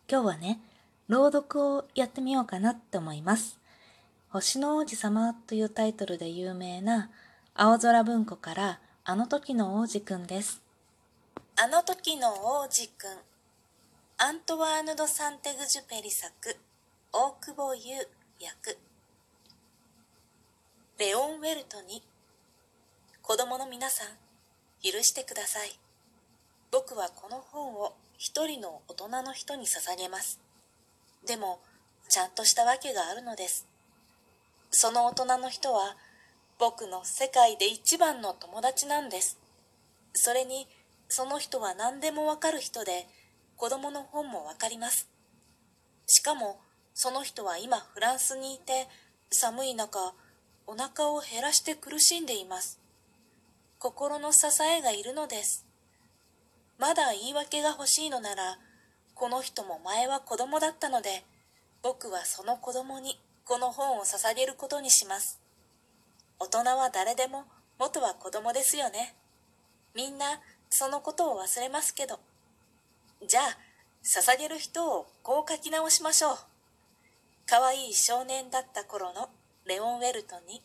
今日はね、朗読をやってみようかなって思います。星の王子様というタイトルで有名な青空文庫からあの時の王子くんです。あの時の王子くん、アントワーヌ・ド・サンテグジュペリ作、大久保優役。レオン・ウェルトに、子供の皆さん、許してください。僕はこの本を一人の大人の人に捧げます。でも、ちゃんとしたわけがあるのです。その大人の人は、僕の世界で一番の友達なんです。それに、その人は何でもわかる人で、子供の本もわかります。しかも、その人は今フランスにいて、寒い中、お腹を減らして苦しんでいます。心の支えがいるのです。まだ言い訳が欲しいのなら、この人も前は子供だったので、僕はその子供にこの本を捧げることにします。大人は誰でも元は子供ですよね。みんなそのことを忘れますけど。じゃあ、捧げる人をこう書き直しましょう。かわいい少年だった頃のレオン・ウェルトに。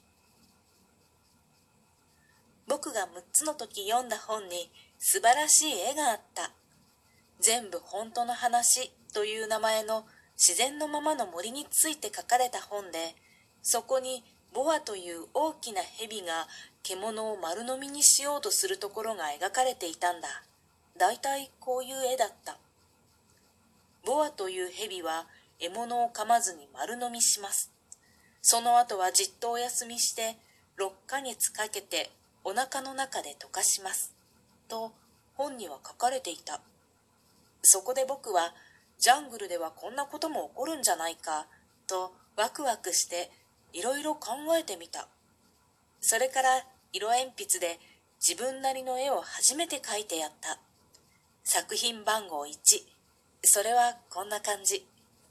僕が6つの時読んだ本に素晴らしい絵があった。全部本当の話という名前の自然のままの森について書かれた本で、そこにボアという大きな蛇が獣を丸飲みにしようとするところが描かれていたんだ。だいたいこういう絵だった。ボアという蛇は獲物を噛まずに丸飲みします。その後はじっとお休みして6ヶ月かけてお腹の中で溶かします。と本には書かれていた。そこで僕はジャングルではこんなことも起こるんじゃないかとワクワクしていろいろ考えてみた。それから色鉛筆で自分なりの絵を初めて描いてやった。作品番号1。それはこんな感じ。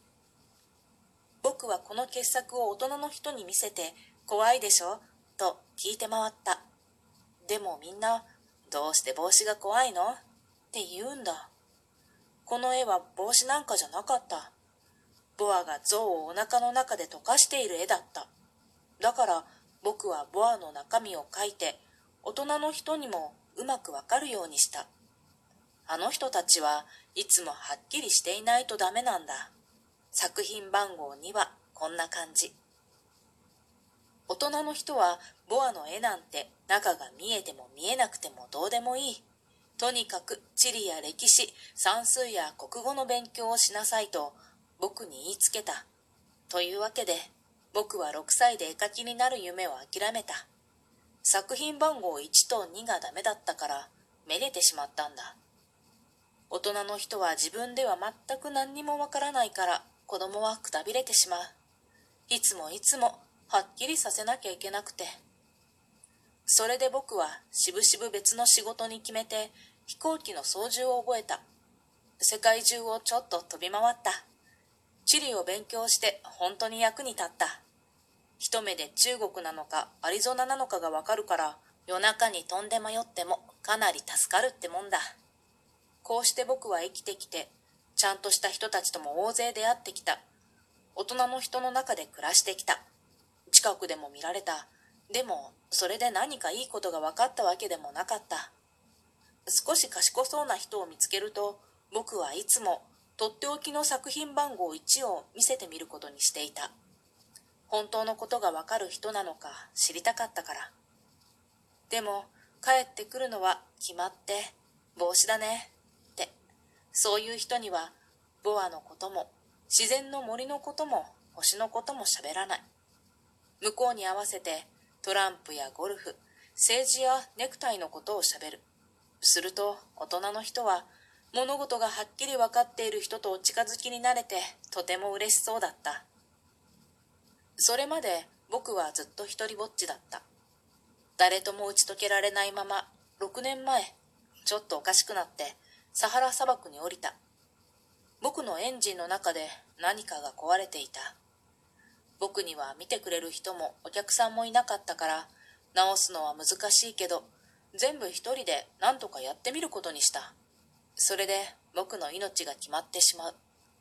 僕はこの傑作を大人の人に見せて怖いでしょと聞いて回った。でもみんなどうして帽子が怖いのって言うんだ。この絵は帽子なんかじゃなかった。ボアが象をお腹の中で溶かしている絵だった。だから僕はボアの中身を描いて大人の人にもうまくわかるようにした。あの人たちはいつもはっきりしていないとダメなんだ。作品番号2はこんな感じ。大人の人はボアの絵なんて中が見えても見えなくてもどうでもいい。とにかく地理や歴史、算数や国語の勉強をしなさいと僕に言いつけた。というわけで僕は6歳で絵描きになる夢を諦めた。作品番号1と2がダメだったからめげてしまったんだ。大人の人は自分では全く何にもわからないから子供はくたびれてしまう。いつもいつもはっきりさせなきゃいけなくて。それで僕はしぶしぶ別の仕事に決めて飛行機の操縦を覚えた。世界中をちょっと飛び回った。地理を勉強して本当に役に立った。一目で中国なのかアリゾナなのかがわかるから夜中に飛んで迷ってもかなり助かるってもんだ。こうして僕は生きてきてちゃんとした人たちとも大勢出会ってきた。大人の人の中で暮らしてきた。近くでも見られた。でもそれで何かいいことが分かったわけでもなかった。少し賢そうな人を見つけると僕はいつもとっておきの作品番号1を見せてみることにしていた。本当のことが分かる人なのか知りたかったから。でも帰ってくるのは決まって帽子だねって。そういう人にはボアのことも自然の森のことも星のことも喋らない。向こうに合わせてトランプやゴルフ、政治やネクタイのことを喋る。すると大人の人は物事がはっきり分かっている人とお近づきになれてとても嬉しそうだった。それまで僕はずっと一人ぼっちだった。誰とも打ち解けられないまま6年前、ちょっとおかしくなってサハラ砂漠に降りた。僕のエンジンの中で何かが壊れていた。僕には見てくれる人もお客さんもいなかったから直すのは難しいけど全部一人で何とかやってみることにした。それで僕の命が決まってしまう。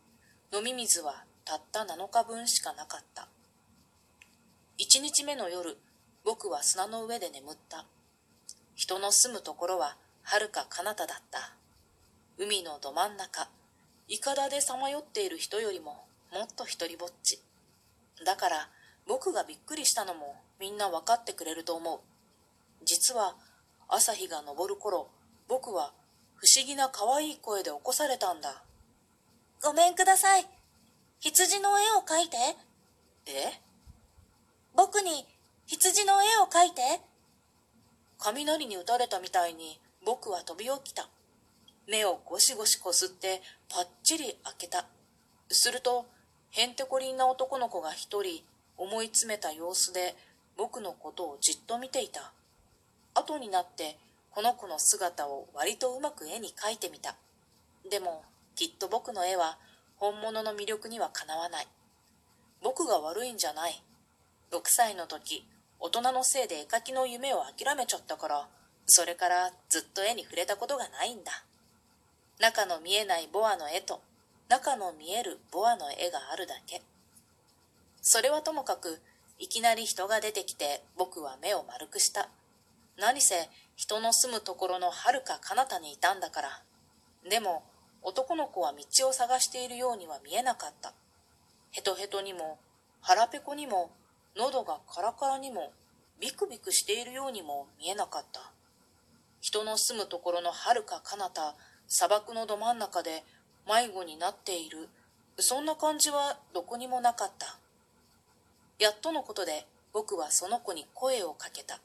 飲み水はたった7日分しかなかった。1日目の夜、僕は砂の上で眠った。人の住むところは遥か彼方だった。海のど真ん中、いかだでさまよっている人よりももっと一りぼっち。だから僕がびっくりしたのもみんなわかってくれると思う。実は朝日が昇る頃、僕は不思議な可愛い声で起こされたんだ。ごめんください。羊の絵を描いて。え？僕に羊の絵を描いて。雷に打たれたみたいに僕は飛び起きた。目をゴシゴシこすってパッチリ開けた。するとへんてこりんな男の子が一人思い詰めた様子で僕のことをじっと見ていた。後になってこの子の姿を割とうまく絵に描いてみた。でもきっと僕の絵は本物の魅力にはかなわない。僕が悪いんじゃない。6歳の時、大人のせいで絵描きの夢を諦めちゃったから、それからずっと絵に触れたことがないんだ。中の見えないボアの絵と、中の見えるボアの絵があるだけ。それはともかく、いきなり人が出てきて僕は目を丸くした。何せ人の住むところの遥か彼方にいたんだから。でも男の子は道を探しているようには見えなかった。ヘトヘトにも腹ペコにも喉がカラカラにもビクビクしているようにも見えなかった。人の住むところの遥か彼方、砂漠のど真ん中で迷子になっている、そんな感じはどこにもなかった。やっとのことで僕はその子に声をかけた。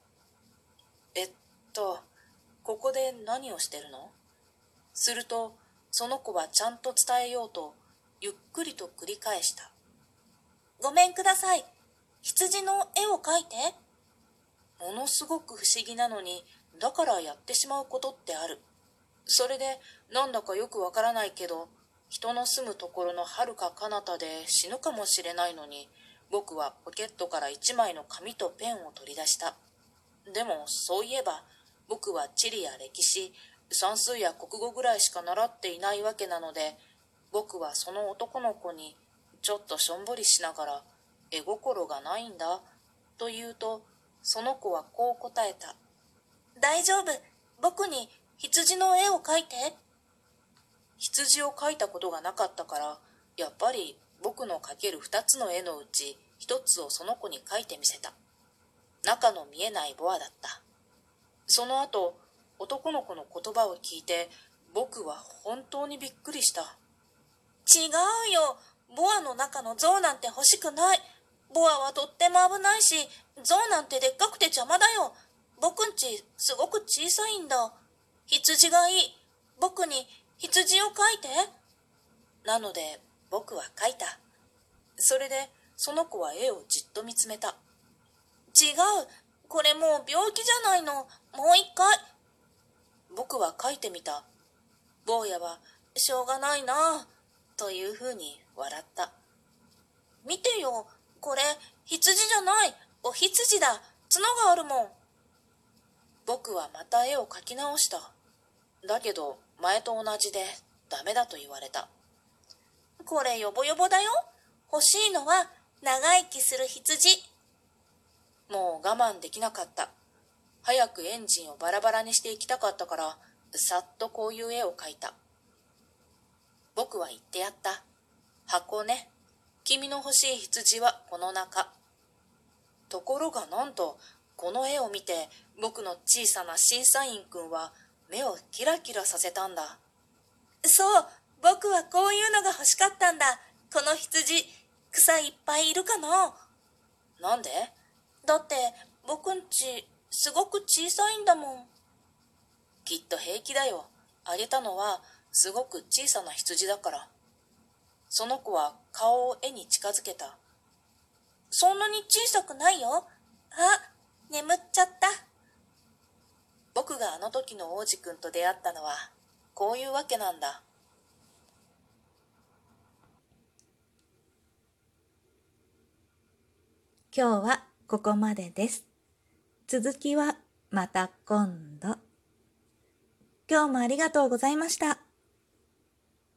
ここで何をしてるの？するとその子はちゃんと伝えようとゆっくりと繰り返した。ごめんください。羊の絵を描いて。ものすごく不思議なのに、だからやってしまうことってある。それでなんだかよくわからないけど、人の住むところの遥か彼方で死ぬかもしれないのに、僕はポケットから一枚の紙とペンを取り出した。でもそういえば僕は地理や歴史、算数や国語ぐらいしか習っていないわけなので、僕はその男の子にちょっとしょんぼりしながら、絵心がないんだと言うと、その子はこう答えた。大丈夫、僕に羊の絵を描いて。羊を描いたことがなかったから、やっぱり僕の描ける2つの絵のうち1つをその子に描いてみせた。中の見えないボアだった。その後、男の子の言葉を聞いて、僕は本当にびっくりした。違うよ。ボアの中の象なんて欲しくない。ボアはとっても危ないし、象なんてでっかくて邪魔だよ。僕んちすごく小さいんだ。羊がいい。僕に羊を描いて。なので僕は描いた。それでその子は絵をじっと見つめた。違う。これもう病気じゃないの。もう一回。僕は描いてみた。坊やはしょうがないなというふうに笑った。見てよ。これ羊じゃない。お羊だ。角があるもん。僕はまた絵を描き直した。だけど前と同じでダメだと言われた。これヨボヨボだよ。欲しいのは長生きする羊。もう我慢できなかった。早くエンジンをバラバラにしていきたかったから、さっとこういう絵を描いた。僕は言ってやった。箱ね。君の欲しい羊はこの中。ところがなんと、この絵を見て僕の小さな審査員くんは目をキラキラさせたんだ。そう、僕はこういうのが欲しかったんだ。この羊、草いっぱいいるかな？なんで？だって僕んちすごく小さいんだもん。きっと平気だよ。あげたのはすごく小さな羊だから。その子は顔を絵に近づけた。そんなに小さくないよ。あ、眠っちゃった。僕があの時の王子くんと出会ったのはこういうわけなんだ。 今日はここまでです。続きはまた今度。今日もありがとうございました。